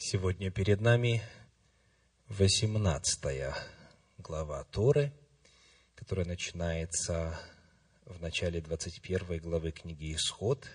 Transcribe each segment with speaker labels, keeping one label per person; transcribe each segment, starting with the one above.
Speaker 1: Сегодня перед нами 18 глава Торы, которая начинается в начале 21 главы книги Исход,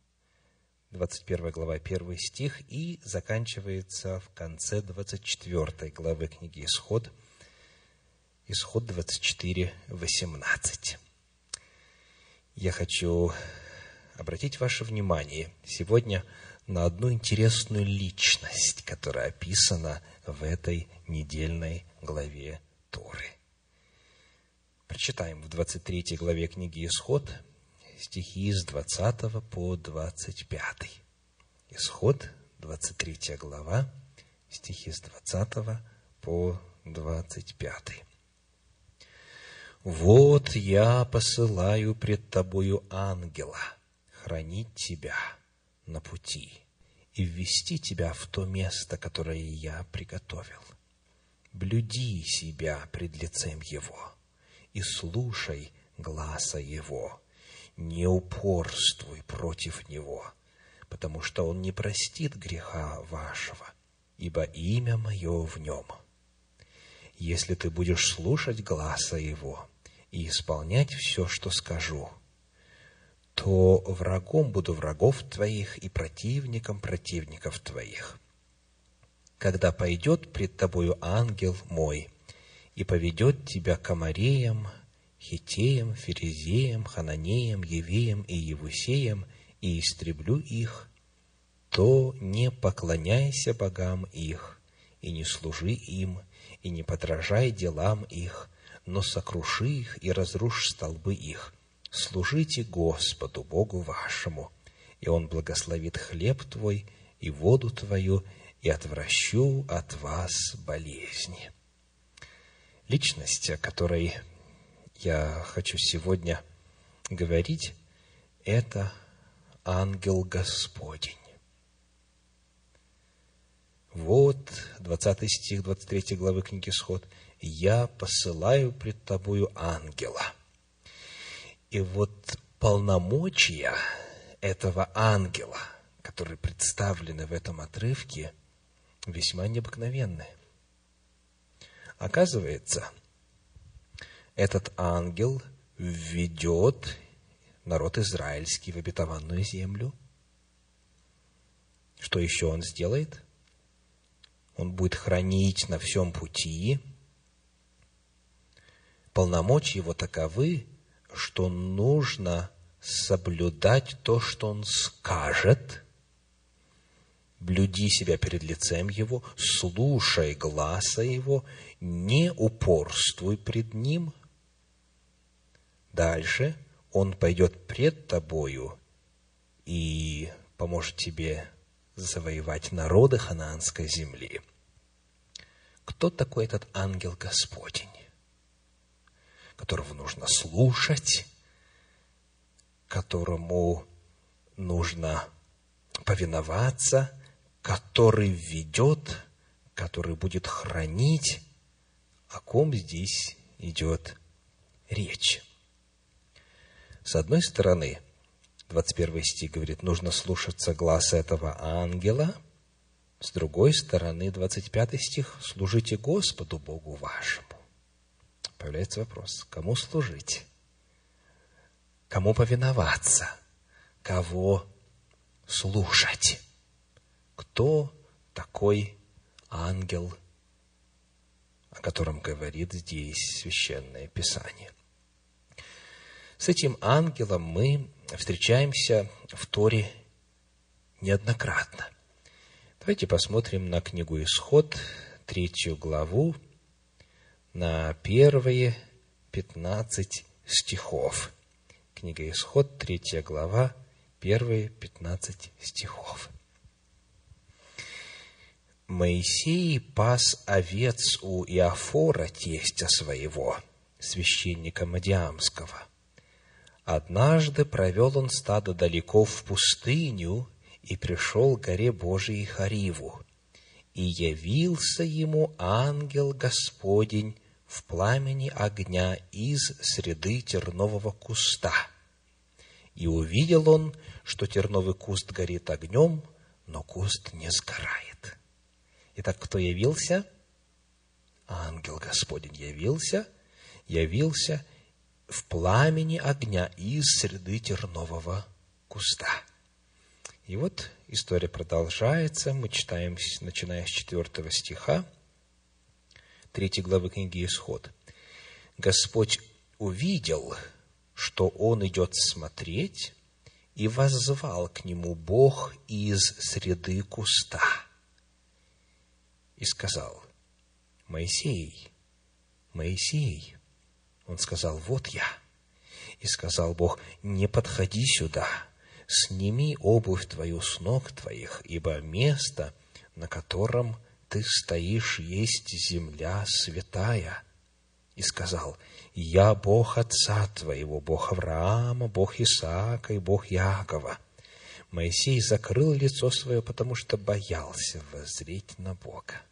Speaker 1: 21 глава, 1 стих, и заканчивается в конце 24 главы книги Исход, Исход 24, 18. Я хочу обратить ваше внимание сегодня на одну интересную личность, которая описана в этой недельной главе Торы. Прочитаем в 23 главе книги Исход стихи с 20 по 25. Исход, 23 глава, стихи с 20 по 25. «Вот я посылаю пред тобою ангела хранить тебя на пути и ввести тебя в то место, которое я приготовил. Блюди себя пред лицем его и слушай гласа его, не упорствуй против него, потому что он не простит греха вашего, ибо имя мое в нем. Если ты будешь слушать гласа его и исполнять все, что скажу, то врагом буду врагов твоих и противником противников твоих. Когда пойдет пред тобою ангел мой и поведет тебя к Амореям, Хиттеям, Ферезеям, Хананеям, Евеям и Евусеям, и истреблю их, то не поклоняйся богам их, и не служи им, и не подражай делам их, но сокруши их и разрушь столбы их. Служите Господу, Богу вашему, и Он благословит хлеб твой и воду твою, и отвращу от вас болезни». Личность, о которой я хочу сегодня говорить, это ангел Господень. Вот 20 стих 23 главы книги Исход. «Я посылаю пред тобою ангела». И вот полномочия этого ангела, которые представлены в этом отрывке, весьма необыкновенны. Оказывается, этот ангел введет народ израильский в обетованную землю. Что еще он сделает? Он будет хранить на всем пути. Полномочия его таковы, что нужно соблюдать то, что он скажет, блюди себя перед лицем его, слушай гласа его, не упорствуй пред ним. Дальше он пойдет пред тобою и поможет тебе завоевать народы ханаанской земли. Кто такой этот ангел Господень, которого нужно слушать, которому нужно повиноваться, который ведет, который будет хранить? О ком здесь идет речь? С одной стороны, 21 стих говорит, нужно слушаться гласа этого ангела. С другой стороны, 25 стих, служите Господу Богу вашему. Появляется вопрос, кому служить? Кому повиноваться? Кого слушать? Кто такой ангел, о котором говорит здесь Священное Писание? С этим ангелом мы встречаемся в Торе неоднократно. Давайте посмотрим на книгу Исход, 3 главу, на первые 15 стихов. Книга Исход, 3 глава, первые 15 стихов. «Моисей пас овец у Иофора, тестя своего, священника Мадиамского. Однажды провел он стадо далеко в пустыню и пришел к горе Божией Хариву. И явился ему ангел Господень в пламени огня из среды тернового куста. И увидел он, что терновый куст горит огнем, но куст не сгорает. Итак, кто явился? Ангел Господень явился в пламени огня из среды тернового куста. И вот история продолжается. Мы читаем, начиная с 4 стиха 3 главы книги Исход. «Господь увидел, что он идет смотреть, и воззвал к нему Бог из среды куста, и сказал: Моисей, Моисей. Он сказал: вот я. И сказал Бог: не подходи сюда, сними обувь твою с ног твоих, ибо место, на котором ты стоишь, есть земля святая. И сказал: я Бог отца твоего, Бог Авраама, Бог Исаака и Бог Иакова. Моисей закрыл лицо свое, потому что боялся воззреть на Бога.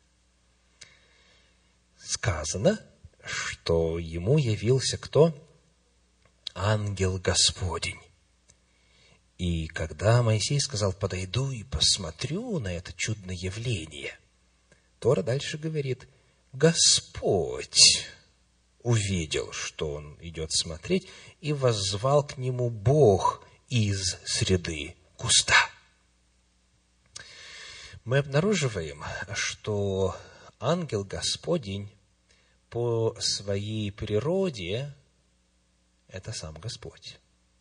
Speaker 1: Сказано, что ему явился кто? Ангел Господень. И когда Моисей сказал: подойду и посмотрю на это чудное явление, Тора дальше говорит: Господь увидел, что он идет смотреть, и воззвал к нему Бог из среды куста. Мы обнаруживаем, что ангел Господень по своей природе – это сам Господь.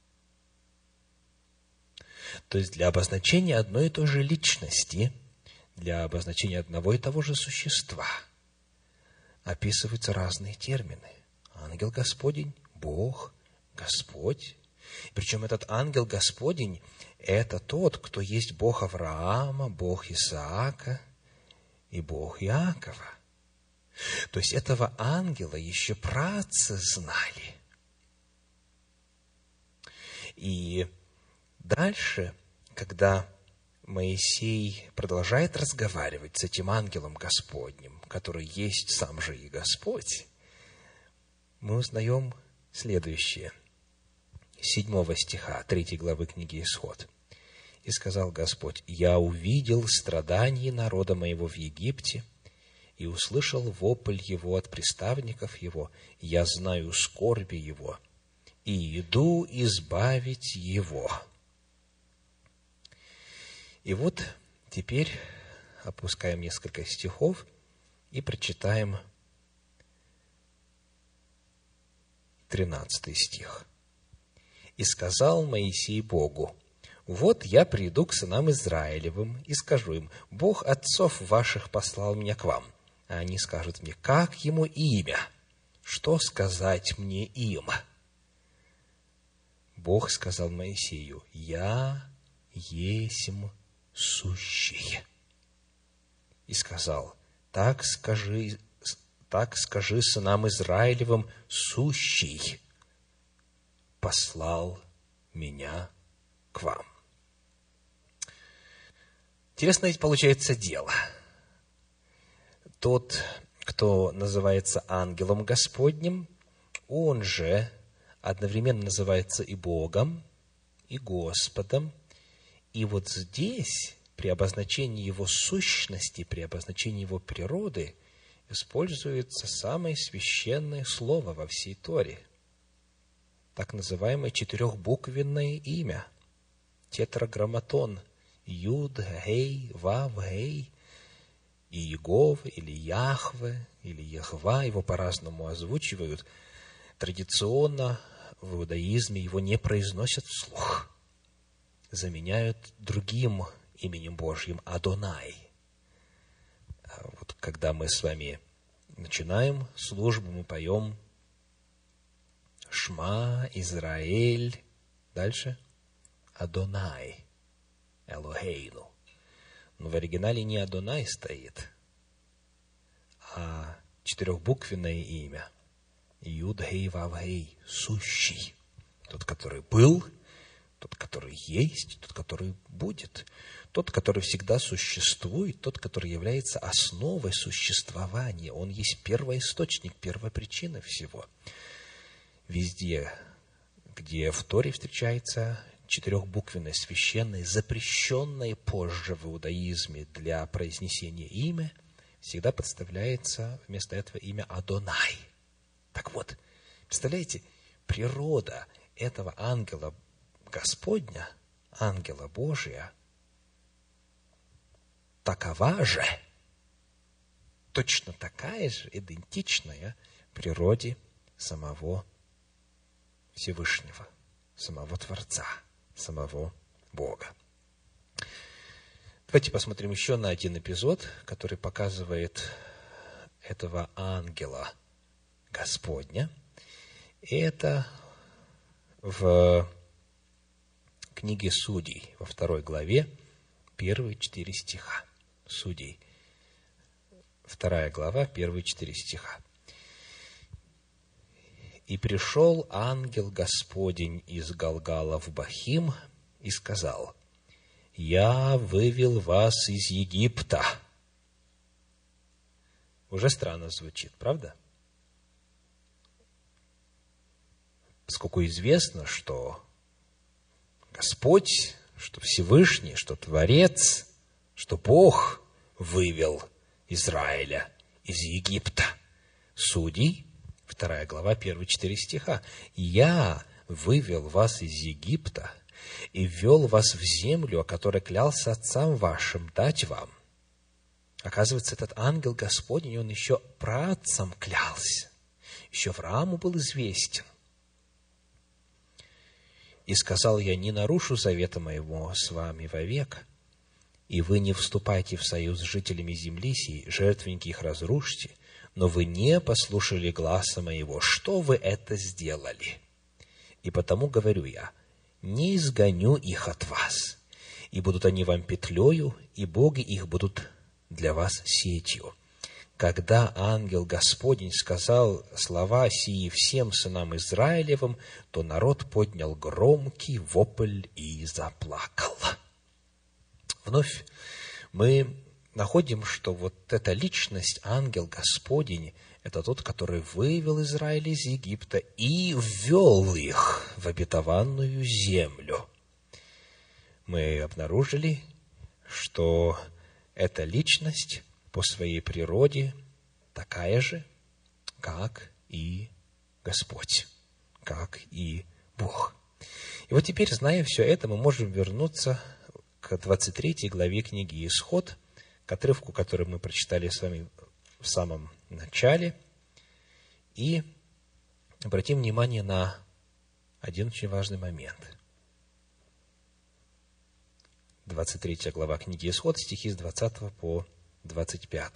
Speaker 1: То есть для обозначения одной и той же личности, для обозначения одного и того же существа описываются разные термины. Ангел Господень, Бог, Господь. Причем этот ангел Господень – это тот, кто есть Бог Авраама, Бог Исаака и Бог Иакова. То есть этого ангела еще праотцы знали. И дальше, когда Моисей продолжает разговаривать с этим ангелом Господним, который есть сам же и Господь, мы узнаем следующее. 7 стиха 3 главы книги Исход. «И сказал Господь: я увидел страдания народа моего в Египте, и услышал вопль его от приставников его, я знаю скорби его, и иду избавить его». И вот теперь опускаем несколько стихов и прочитаем 13 стих. «И сказал Моисей Богу: вот я приду к сынам Израилевым и скажу им: Бог отцов ваших послал меня к вам. А они скажут мне: как ему имя? Что сказать мне им? Бог сказал Моисею: я есмь сущий. И сказал: так скажи сынам Израилевым: сущий послал меня к вам». Интересно ведь получается дело. Тот, кто называется ангелом Господним, он же одновременно называется и Богом, и Господом. И вот здесь, при обозначении его сущности, при обозначении его природы, используется самое священное слово во всей Торе, так называемое четырехбуквенное имя, тетраграмматон, Юд, Гей, Вав, Гей, и Иегова, или Яхве, или Яхва, его по-разному озвучивают. Традиционно в иудаизме его не произносят вслух, заменяют другим именем Божьим Адонай. Вот когда мы с вами начинаем службу, мы поем Шма, Израиль, дальше Адонай, Элохейну. Но в оригинале не Адонай стоит, а четырехбуквенное имя Юд, Гей, Вав, Гей, сущий. Тот, который был, тот, который есть, тот, который будет, тот, который всегда существует, тот, который является основой существования. Он есть первоисточник, первопричина всего. Везде, где в Торе встречается четырехбуквенное, священное, запрещенное позже в иудаизме для произнесения имя, всегда подставляется вместо этого имя Адонай. Так вот, представляете, природа этого ангела Господня, ангела Божия, такова же, точно такая же, идентичная природе самого Всевышнего, самого Творца, самого Бога. Давайте посмотрим еще на один эпизод, который показывает этого ангела Господня. И это в книге Судей, во 2 главе, первые 4 стиха. Судей, 2 глава, первые 4 стиха. «И пришел ангел Господень из Галгала в Бахим и сказал: я вывел вас из Египта». Уже странно звучит, правда? Поскольку известно, что Господь, что Всевышний, что Творец, что Бог вывел Израиля из Египта. Судей, 2 глава, первые 4 стиха. «Я вывел вас из Египта и ввел вас в землю, о которой клялся отцам вашим дать вам». Оказывается, этот ангел Господень, он еще праотцам клялся. Еще Аврааму был известен. «И сказал я: не нарушу завета моего с вами вовек, и вы не вступайте в союз с жителями земли сей, жертвенники их разрушьте, но вы не послушали гласа моего. Что вы это сделали? И потому говорю я: не изгоню их от вас, и будут они вам петлею, и боги их будут для вас сетью». Когда ангел Господень сказал слова сии всем сынам Израилевым, то народ поднял громкий вопль и заплакал. Вновь мы находим, что вот эта личность, ангел Господень, это тот, который вывел Израиль из Египта и ввел их в обетованную землю. Мы обнаружили, что эта личность по своей природе такая же, как и Господь, как и Бог. И вот теперь, зная все это, мы можем вернуться к 23 главе книги «Исход», к отрывку, который мы прочитали с вами в самом начале, и обратим внимание на один очень важный момент. 23 глава книги «Исход», стихи с 20 по 25.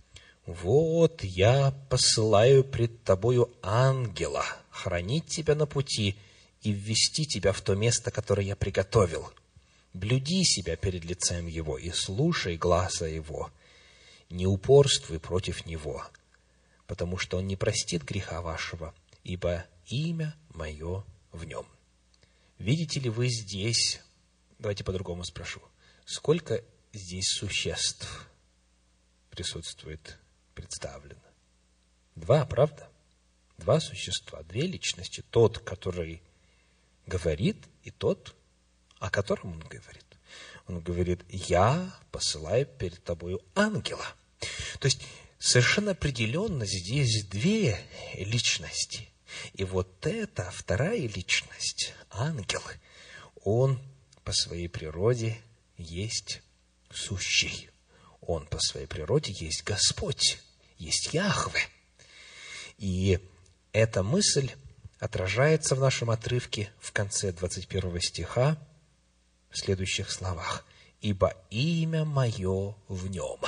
Speaker 1: «Вот я посылаю пред тобою ангела хранить тебя на пути и ввести тебя в то место, которое я приготовил. Блюди себя перед лицем его и слушай гласа его. Не упорствуй против него, потому что он не простит греха вашего, ибо имя мое в нем». Видите ли вы здесь, давайте по-другому спрошу, сколько здесь существ присутствует, представлено? 2, правда? 2 существа, 2 личности. Тот, который говорит, и тот, о котором он говорит. Он говорит: я посылаю перед тобою ангела. То есть, совершенно определенно здесь 2 личности. И вот эта вторая личность, ангел, он по своей природе есть сущий. Он по своей природе есть Господь, есть Яхве. И эта мысль отражается в нашем отрывке в конце 21 стиха в следующих словах: «Ибо имя мое в нем».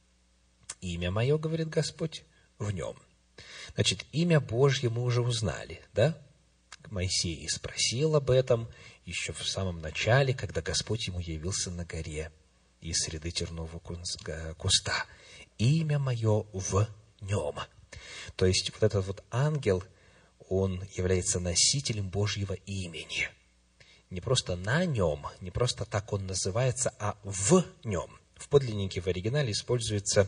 Speaker 1: Имя мое, говорит Господь, в нем. Значит, имя Божье мы уже узнали, да? Моисей спросил об этом еще в самом начале, когда Господь ему явился на горе из среды тернового куста. Имя мое в нем. То есть, вот этот вот ангел, он является носителем Божьего имени. Не просто на нем, не просто так он называется, а в нем. В подлиннике, в оригинале используется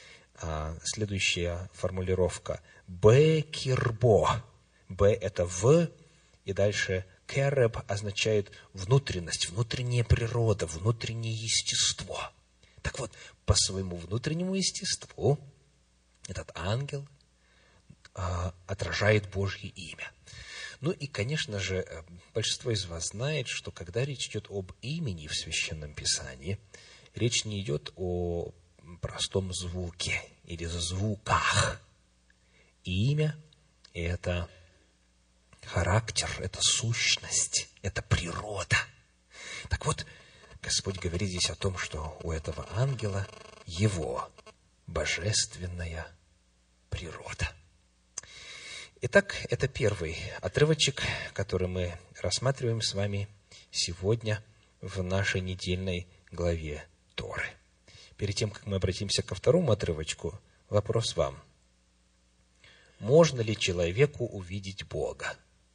Speaker 1: следующая формулировка: «бе-кирбо». «Б» — это «в», и дальше «кереб» означает внутренность, внутренняя природа, внутреннее естество. Так вот, по своему внутреннему естеству этот ангел отражает Божье имя. Ну и, конечно же, большинство из вас знает, что когда речь идет об имени в Священном Писании, речь не идет о простом звуке или звуках. Имя – это характер, это сущность, это природа. Так вот, Господь говорит здесь о том, что у этого ангела его божественная природа. Итак, это первый отрывочек, который мы рассматриваем с вами сегодня в нашей недельной главе Торы. Перед тем, как мы обратимся ко второму отрывочку, вопрос вам. Можно ли человеку увидеть Бога?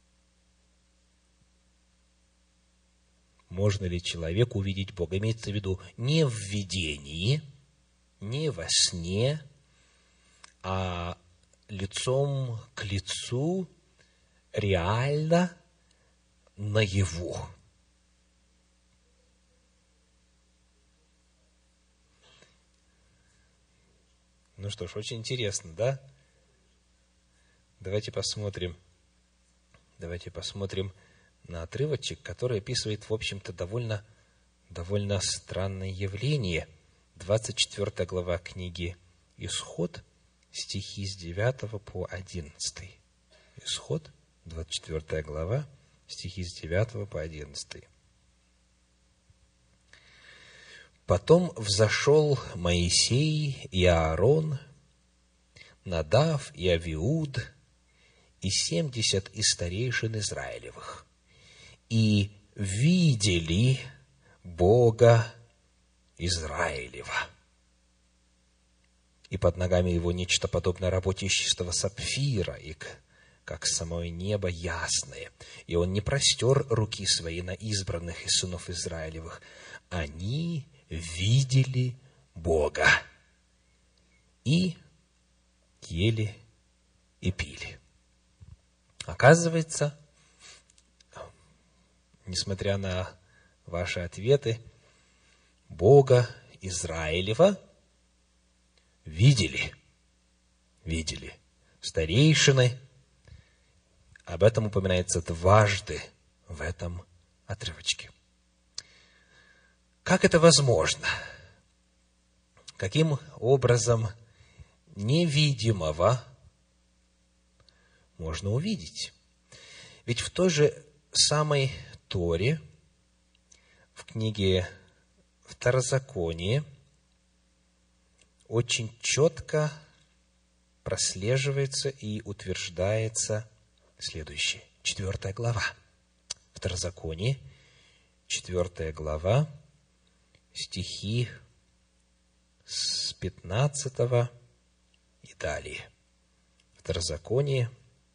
Speaker 1: Можно ли человеку увидеть Бога? Имеется в виду не в видении, не во сне, а лицом к лицу, реально, наяву. Ну что ж, очень интересно, да? Давайте посмотрим на отрывочек, который описывает, в общем-то, довольно странное явление. 24 глава книги «Исход», стихи с 9 по 11. Исход, 24 глава, стихи с 9 по 11. «Потом взошел Моисей и Аарон, Надав и Авиуд, и 70 из старейшин Израилевых, и видели Бога Израилева. И под ногами его нечто подобное работе из чистого сапфира, и как самое небо ясное. И он не простер руки свои на избранных из сынов Израилевых. Они видели Бога и ели и пили». Оказывается, несмотря на ваши ответы, Бога Израилева видели старейшины. Об этом упоминается дважды в этом отрывочке. Как это возможно? Каким образом невидимого можно увидеть? Ведь в той же самой Торе, в книге Второзаконие, очень четко прослеживается и утверждается следующее. 4 глава. Второзаконие, 4 глава, стихи с 15 и далее. Второзаконие,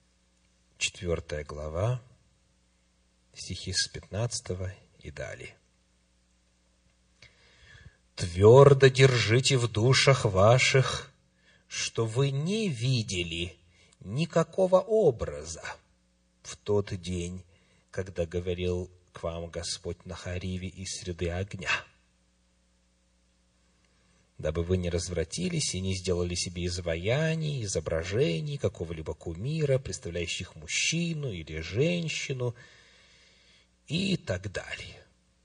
Speaker 1: 4 глава, стихи с 15 и далее. «Твердо держите в душах ваших, что вы не видели никакого образа в тот день, когда говорил к вам Господь на Хориве из среды огня, дабы вы не развратились и не сделали себе изваяний, изображений какого-либо кумира, представляющих мужчину или женщину, и так далее».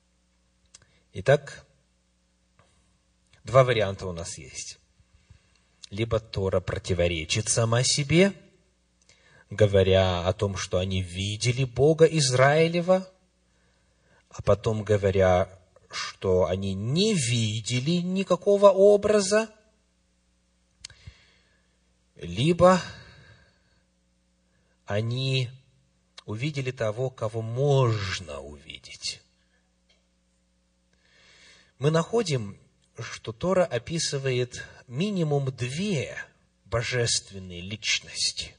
Speaker 1: Итак, два варианта у нас есть. Либо Тора противоречит сама себе, говоря о том, что они видели Бога Израилева, а потом говоря, что они не видели никакого образа, либо они увидели того, кого можно увидеть. Мы находим, что Тора описывает минимум две божественные личности.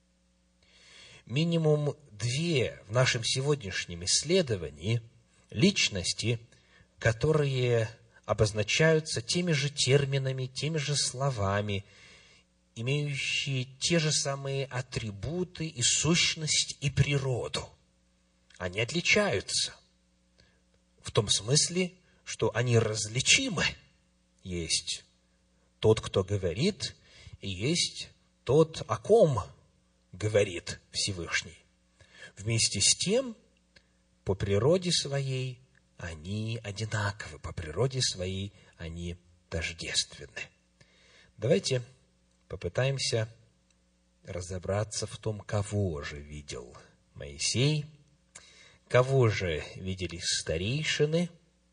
Speaker 1: Минимум две в нашем сегодняшнем исследовании личности, которые обозначаются теми же терминами, теми же словами, имеющие те же самые атрибуты и сущность, и природу. Они отличаются в том смысле, что они различимы, есть тот, кто говорит, и есть тот, о ком говорит Всевышний. Вместе с тем, по природе своей они одинаковы, по природе своей они тождественны. Давайте попытаемся разобраться в том, кого же видел Моисей, кого же видели старейшины,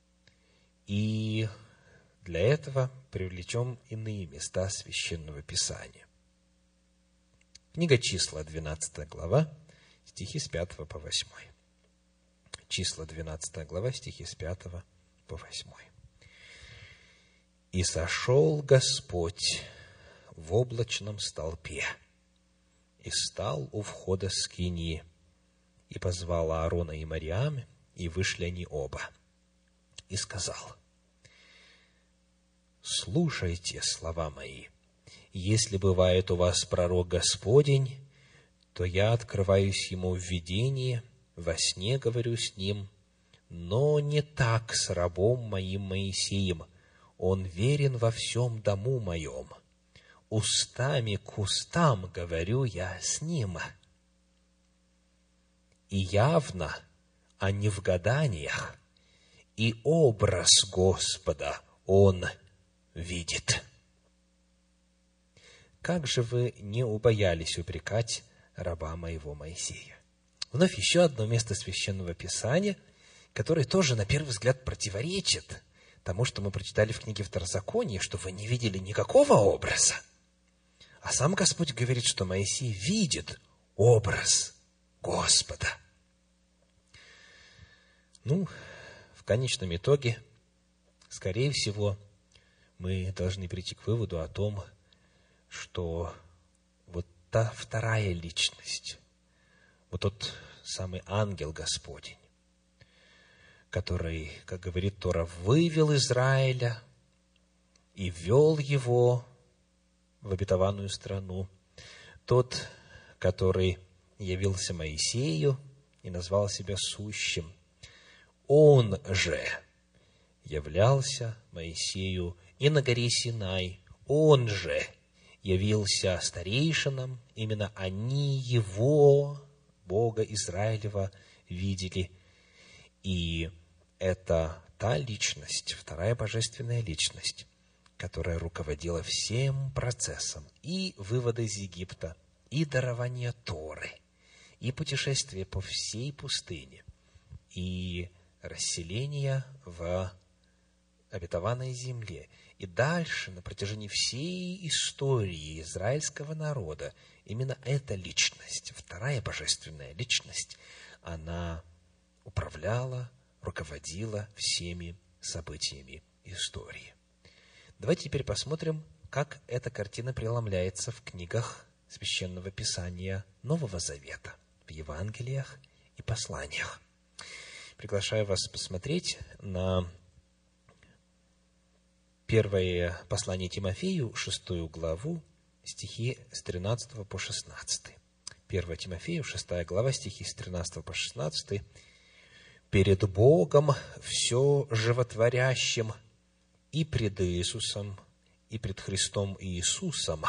Speaker 1: и для этого привлечем иные места Священного Писания. Книга Числа, 12 глава, стихи с 5 по 8. Числа, 12 глава, стихи с 5 по 8. «И сошел Господь в облачном столпе, и стал у входа скинии, и позвал Аарона и Мариам, и вышли они оба, и сказал: слушайте слова мои. Если бывает у вас пророк Господень, то я открываюсь ему в видении, во сне говорю с ним, но не так с рабом моим Моисеем. Он верен во всем дому моем. Устами к устам говорю я с ним. И явно, а не в гаданиях, и образ Господа он видит». Как же вы не убоялись упрекать раба моего Моисея? Вновь еще одно место Священного Писания, которое тоже, на первый взгляд, противоречит тому, что мы прочитали в книге Второзакония, что вы не видели никакого образа. А сам Господь говорит, что Моисей видит образ Господа. В конечном итоге, скорее всего, мы должны прийти к выводу о том, что вот та вторая личность, вот тот самый ангел Господень, который, как говорит Тора, вывел Израиля и ввел его в обетованную страну, тот, который явился Моисею и назвал себя сущим, он же являлся Моисею и на горе Синай, он же явился старейшинам, именно они его, Бога Израилева, видели. И это та личность, вторая божественная личность, которая руководила всем процессом и вывода из Египта, и дарования Торы, и путешествия по всей пустыне, и расселения в обетованной земле. И дальше, на протяжении всей истории израильского народа, именно эта личность, вторая божественная личность, она управляла, руководила всеми событиями истории. Давайте теперь посмотрим, как эта картина преломляется в книгах Священного Писания Нового Завета, в Евангелиях и посланиях. Приглашаю вас посмотреть на первое послание Тимофею, 6 главу, стихи с 13 по 16. 1 Тимофею, 6 глава, стихи с 13 по 16. «Перед Богом все животворящим, и пред Иисусом, и пред Христом Иисусом».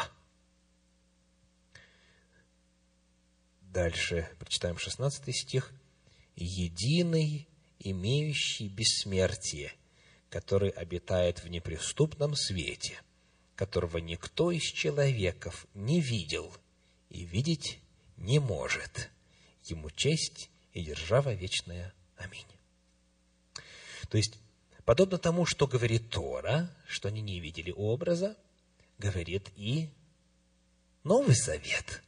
Speaker 1: Дальше прочитаем 16 стих. «Единый, имеющий бессмертие, который обитает в неприступном свете, которого никто из человеков не видел и видеть не может. Ему честь и держава вечная. Аминь». То есть, подобно тому, что говорит Тора, что они не видели образа, говорит и Новый Завет.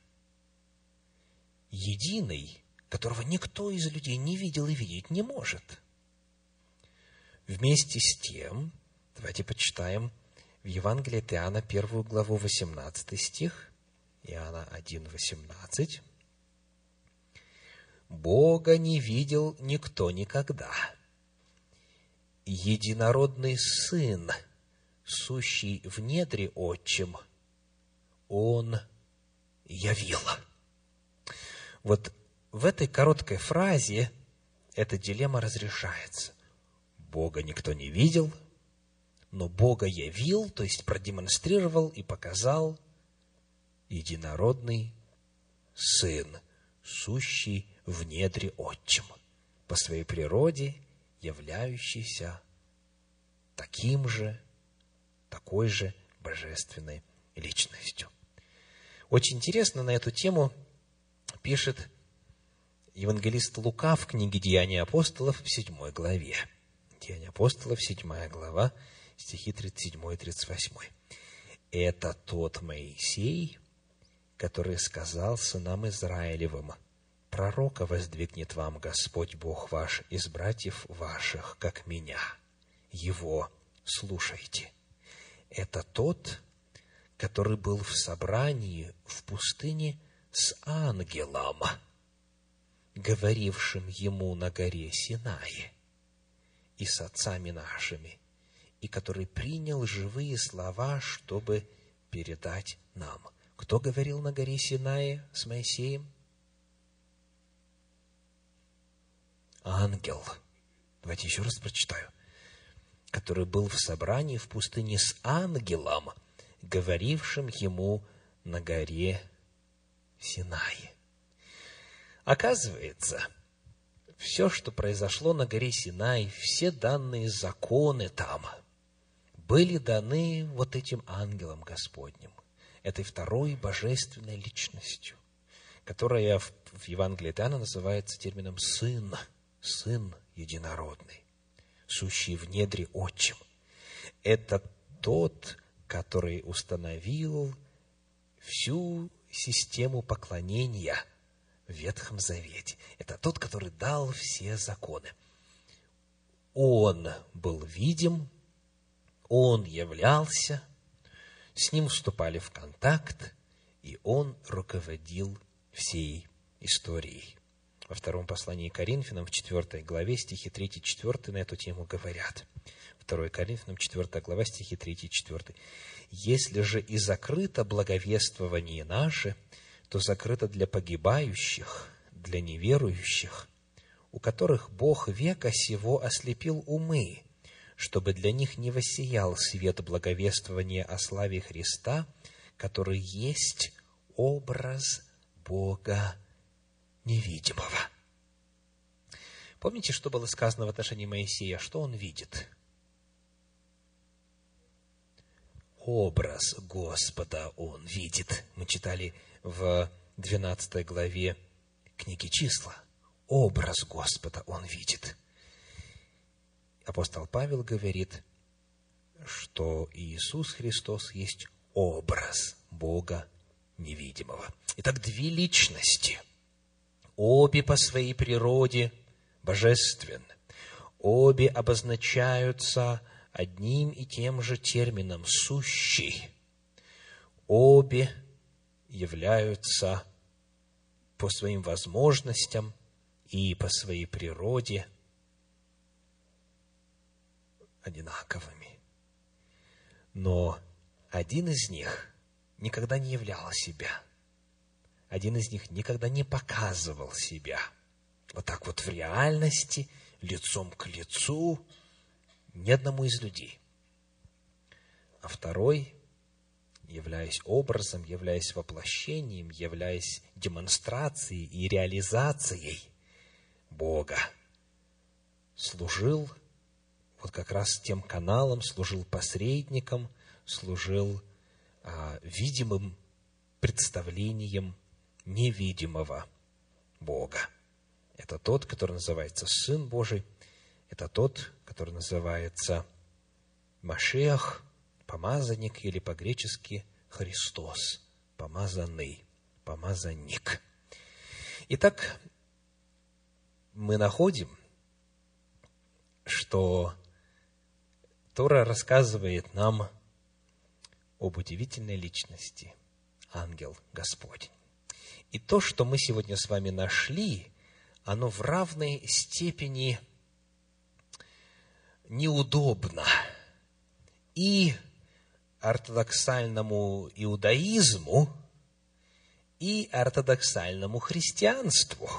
Speaker 1: Единый, которого никто из людей не видел и видеть не может. Вместе с тем, давайте почитаем в Евангелии от Иоанна 1 главу 18 стих, Иоанна 1, 18. «Бога не видел никто никогда. Единородный Сын, сущий в недре Отчим, Он явил». Вот в этой короткой фразе эта дилемма разрешается. Бога никто не видел, но Бога явил, то есть продемонстрировал и показал единородный Сын, сущий в недре Отчима, по своей природе являющийся такой же божественной личностью. Очень интересно на эту тему пишет евангелист Лука в книге «Деяния апостолов» в 7 главе. Деяния апостолов, 7 глава, стихи 37 и 38. «Это тот Моисей, который сказал сынам Израилевым: пророка воздвигнет вам Господь Бог ваш из братьев ваших, как меня. Его слушайте. Это тот, который был в собрании в пустыне с ангелом, говорившим ему на горе Синае, и с отцами нашими, и который принял живые слова, чтобы передать нам». Кто говорил на горе Синае с Моисеем? Ангел. Давайте еще раз прочитаю. Который был в собрании в пустыне с ангелом, говорившим ему на горе Синае. Оказывается, все, что произошло на горе Синай, все данные законы там, были даны вот этим ангелом Господним, этой второй божественной личностью, которая в Евангелии от Иоанна называется термином «сын», «сын единородный», сущий в недре Отчим. Это тот, который установил всю систему поклонения в Ветхом Завете. Это тот, который дал все законы. Он был видим, он являлся, с ним вступали в контакт, и он руководил всей историей. Во втором послании к Коринфянам, в 4 главе, стихи 3-4 на эту тему говорят. 2 Коринфянам, 4 глава, стихи 3-4. «Если же и закрыто благовествование наше, то закрыто для погибающих, для неверующих, у которых Бог века сего ослепил умы, чтобы для них не воссиял свет благовествования о славе Христа, который есть образ Бога невидимого». Помните, что было сказано в отношении Моисея? Что он видит? Образ Господа он видит. Мы читали в 12 главе книги «Числа». Образ Господа он видит. Апостол Павел говорит, что Иисус Христос есть образ Бога невидимого. Итак, две личности, обе по своей природе божественны, обе обозначаются одним и тем же термином «сущий», обе являются по своим возможностям и по своей природе одинаковыми. Но один из них никогда не являл себя. Один из них никогда не показывал себя. Вот так вот в реальности, лицом к лицу, ни одному из людей. А второй, являясь образом, являясь воплощением, являясь демонстрацией и реализацией Бога, служил вот как раз тем каналом, служил посредником, служил видимым представлением невидимого Бога. Это тот, который называется Сын Божий, это тот, который называется Машиах, помазанник, или по-гречески Христос, помазанный, помазанник. Итак, мы находим, что Тора рассказывает нам об удивительной личности, ангел Господень. И то, что мы сегодня с вами нашли, оно в равной степени неудобно и ортодоксальному иудаизму, и ортодоксальному христианству.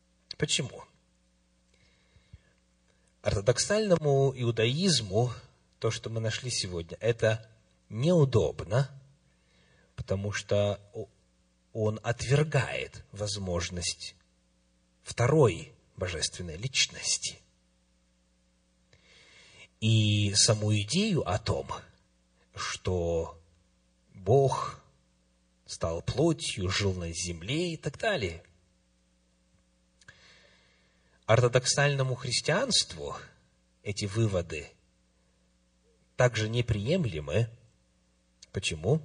Speaker 1: Почему? Ортодоксальному иудаизму то, что мы нашли сегодня, это неудобно, потому что он отвергает возможность второй божественной личности. И саму идею о том, что Бог стал плотью, жил на земле и так далее. Ортодоксальному христианству эти выводы также неприемлемы. Почему?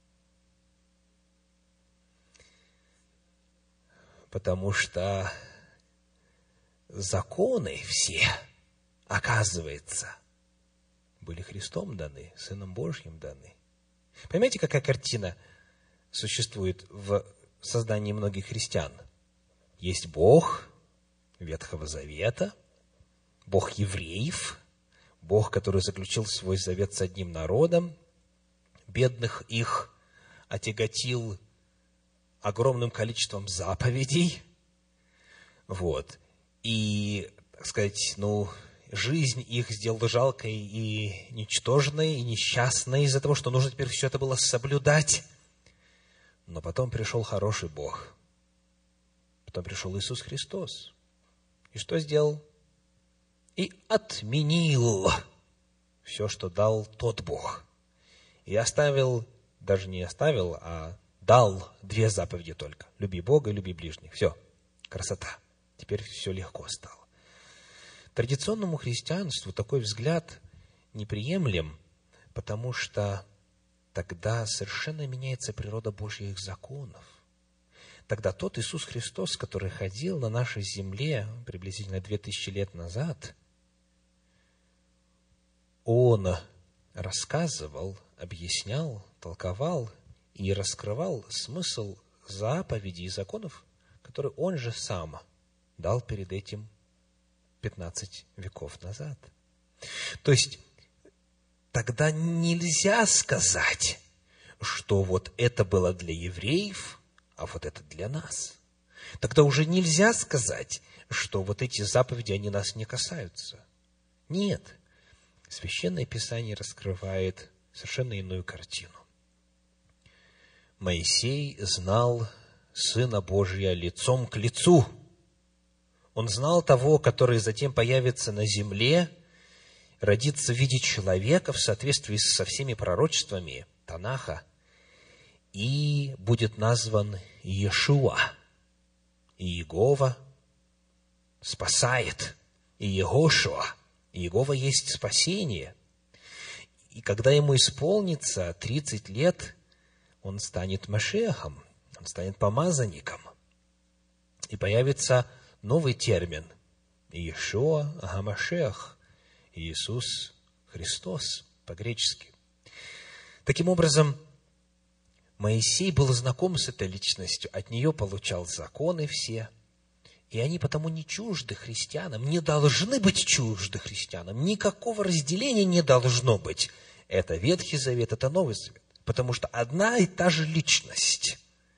Speaker 1: Потому что законы все, оказывается, были Христом даны, Сыном Божьим даны. Понимаете, какая картина существует в создании многих христиан? Есть Бог Ветхого Завета, Бог евреев, Бог, который заключил свой завет с одним народом, бедных их отяготил огромным количеством заповедей, и, так сказать, жизнь их сделала жалкой и ничтожной, и несчастной из-за того, что нужно теперь все это было соблюдать. Но потом пришел хороший Бог. Потом пришел Иисус Христос. И что сделал? И отменил все, что дал тот Бог. И оставил, даже не оставил, а дал 2 заповеди только. Люби Бога и люби ближних. Все, красота. Теперь все легко стало. Традиционному христианству такой взгляд неприемлем, потому что тогда совершенно меняется природа Божьих законов. Тогда тот Иисус Христос, который ходил на нашей земле приблизительно 2000 лет назад, Он рассказывал, объяснял, толковал и раскрывал смысл заповедей и законов, которые Он же сам дал перед этим 15 веков назад. То есть, тогда нельзя сказать, что вот это было для евреев, а вот это для нас. Тогда уже нельзя сказать, что вот эти заповеди, они нас не касаются. Нет. Священное Писание раскрывает совершенно иную картину. Моисей знал Сына Божия лицом к лицу. Он знал того, который затем появится на земле, родится в виде человека в соответствии со всеми пророчествами Танаха, и будет назван Иешуа. И Иегова спасает. И Иегошуа. Иегова есть спасение. И когда ему исполнится 30 лет, он станет Машиахом, он станет помазанником. И появится новый термин – Иешуа га-Машиах, Иисус Христос по-гречески. Таким образом, Моисей был знаком с этой личностью, от нее получал законы все, и они потому не чужды христианам, не должны быть чужды христианам, никакого разделения не должно быть. Это Ветхий Завет, это Новый Завет, потому что одна и та же личность.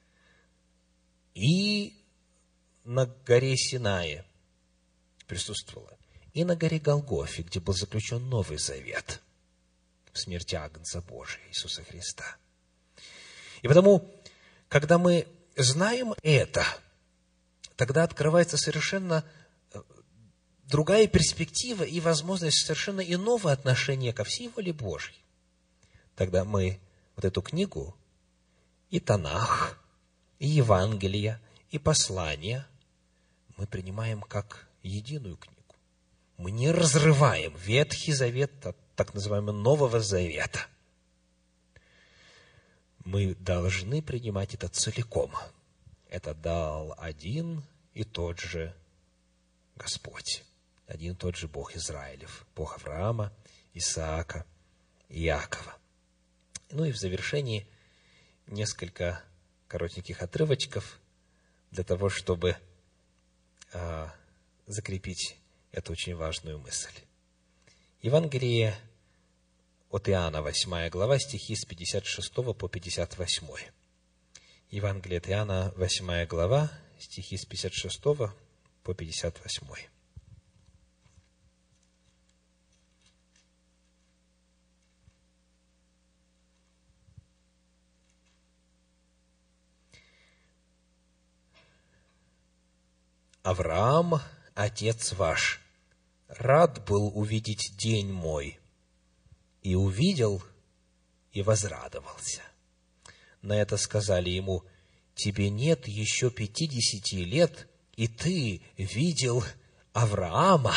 Speaker 1: И на горе Синае присутствовала, и на горе Голгофе, где был заключен Новый Завет в смерти Агнца Божия Иисуса Христа. И потому, когда мы знаем это, тогда открывается совершенно другая перспектива и возможность совершенно иного отношения ко всей воле Божьей. Тогда мы вот эту книгу, и Танах, и Евангелие, и послания, мы принимаем как единую книгу. Мы не разрываем Ветхий Завет от так называемого Нового Завета. Мы должны принимать это целиком. Это дал один и тот же Господь, один и тот же Бог Израилев, Бог Авраама, Исаака и Иакова. Ну и в завершении несколько коротеньких отрывочков для того, чтобы закрепить эту очень важную мысль. Евангелие от Иоанна, 8 глава, стихи с 56 по 58. Евангелие от Иоанна, 8 глава, стихи с 56 по 58. Авраам, отец ваш, рад был увидеть день мой, и увидел, и возрадовался. На это сказали ему: тебе нет еще 50 лет, и ты видел Авраама.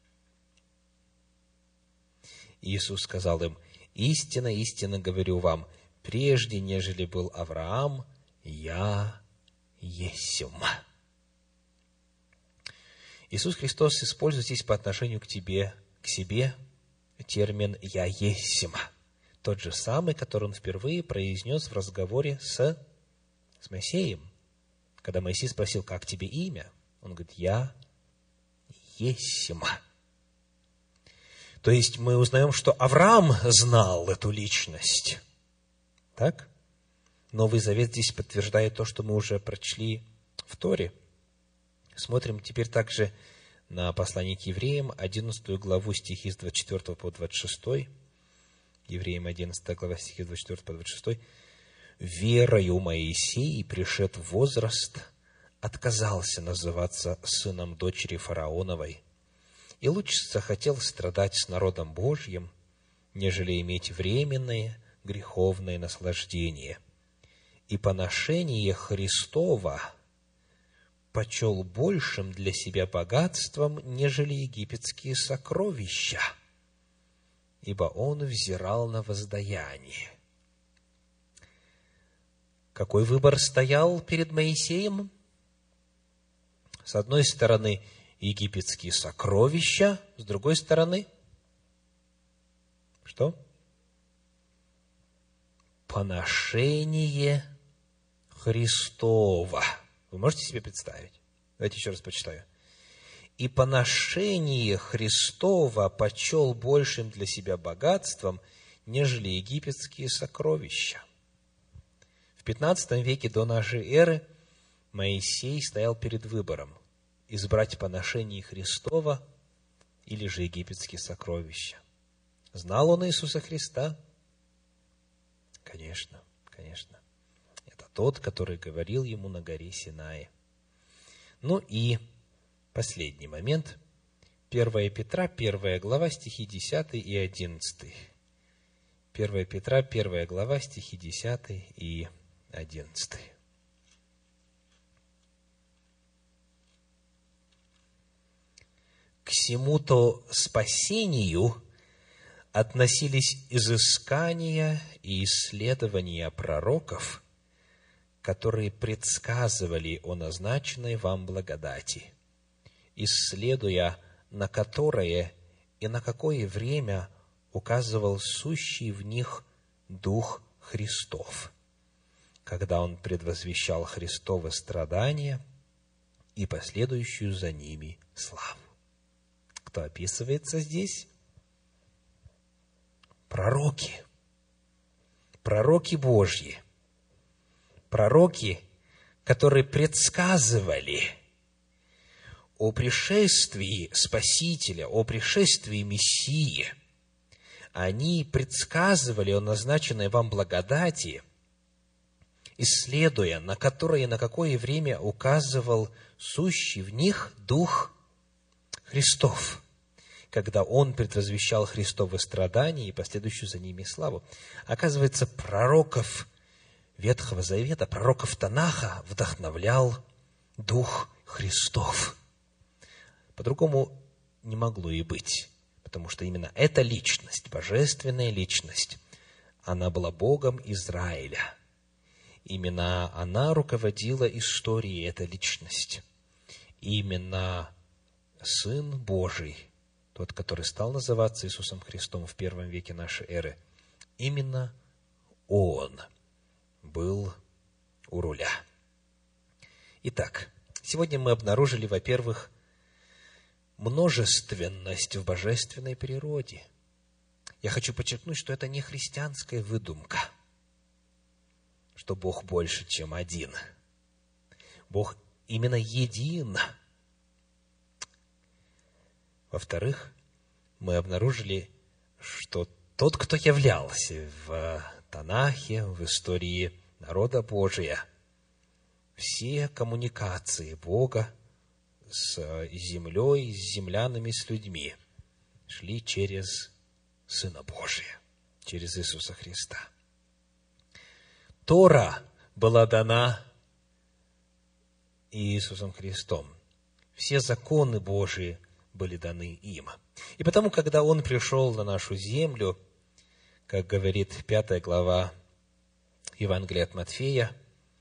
Speaker 1: Иисус сказал им: истинно, истинно говорю вам, прежде нежели был Авраам, я есмь. Иисус Христос использует здесь по отношению к тебе, к себе термин «я есмь», тот же самый, который он впервые произнес в разговоре с Моисеем. Когда Моисей спросил: как тебе имя? Он говорит: я есмь. То есть мы узнаем, что Авраам знал эту личность. Так? Новый Завет здесь подтверждает то, что мы уже прочли в Торе. Смотрим теперь также на послание к Евреям, 11 главу, стихи с 24 по 26. Евреям 11 глава, стихи с 24 по 26. «Верою Моисей, пришед в возраст, отказался называться сыном дочери фараоновой, и лучше захотел страдать с народом Божьим, нежели иметь временное греховное наслаждение. И поношение Христова почел большим для себя богатством, нежели египетские сокровища, ибо он взирал на воздаяние». Какой выбор стоял перед Моисеем? С одной стороны, египетские сокровища, с другой стороны, что? Поношение Христова. Вы можете себе представить? Давайте еще раз прочитаю. «И поношение Христова почел большим для себя богатством, нежели египетские сокровища». В 15 веке до нашей эры Моисей стоял перед выбором: избрать поношение Христова или же египетские сокровища. Знал он Иисуса Христа? Конечно, конечно. Это тот, который говорил ему на горе Синае. Ну и последний момент. 1 Петра, 1 глава, стихи 10 и 11. 1 Петра, 1 глава, стихи 10 и 11. «К сему-то спасению относились изыскания и исследования пророков, которые предсказывали о назначенной вам благодати, исследуя, на которое и на какое время указывал сущий в них Дух Христов, когда Он предвозвещал Христовы страдания и последующую за ними славу». Кто описывается здесь? Пророки. Пророки Божьи. Пророки, которые предсказывали о пришествии Спасителя, о пришествии Мессии. Они предсказывали о назначенной вам благодати, исследуя, на которое и на какое время указывал сущий в них Дух Христов, когда Он предвозвещал Христовы страдания и последующую за ними славу. Оказывается, пророков Ветхого Завета, пророков Танаха вдохновлял Дух Христов. По-другому не могло и быть, потому что именно эта личность, божественная личность, она была Богом Израиля. Именно она руководила историей, эта личность. Именно Сын Божий, тот, который стал называться Иисусом Христом в первом веке нашей эры, именно Он был у руля. Итак, сегодня мы обнаружили, во-первых, множественность в божественной природе. Я хочу подчеркнуть, что это не христианская выдумка, что Бог больше, чем один. Бог именно един. Во-вторых, мы обнаружили, что тот, кто являлся в Танахе, в истории народа Божия, все коммуникации Бога с землей, с землянами, с людьми, шли через Сына Божия, через Иисуса Христа. Тора была дана Иисусом Христом. Все законы Божии были даны им. И потому, когда Он пришел на нашу землю, как говорит 5 глава Евангелия от Матфея,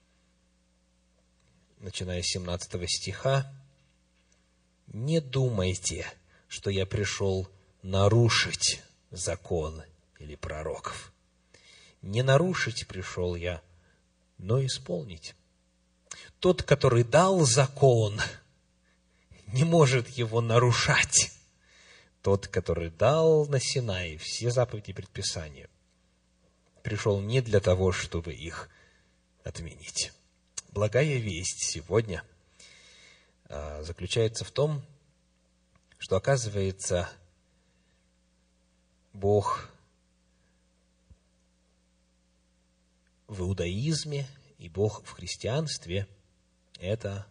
Speaker 1: начиная с 17 стиха, «Не думайте, что я пришел нарушить закон или пророков. Не нарушить пришел я, но исполнить. Тот, который дал закон, не может его нарушать. Тот, который дал на Синае все заповеди и предписания, пришел не для того, чтобы их отменить». Благая весть сегодня заключается в том, что, оказывается, Бог в иудаизме и Бог в христианстве – это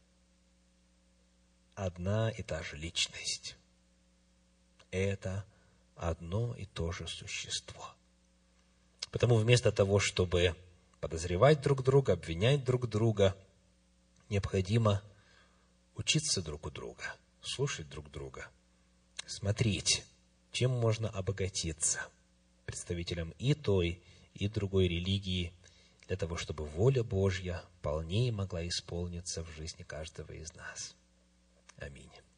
Speaker 1: одна и та же личность. Это одно и то же существо. Потому вместо того, чтобы подозревать друг друга, обвинять друг друга, необходимо учиться друг у друга, слушать друг друга, смотреть, чем можно обогатиться представителям и той, и другой религии, для того, чтобы воля Божья полнее могла исполниться в жизни каждого из нас. Аминь.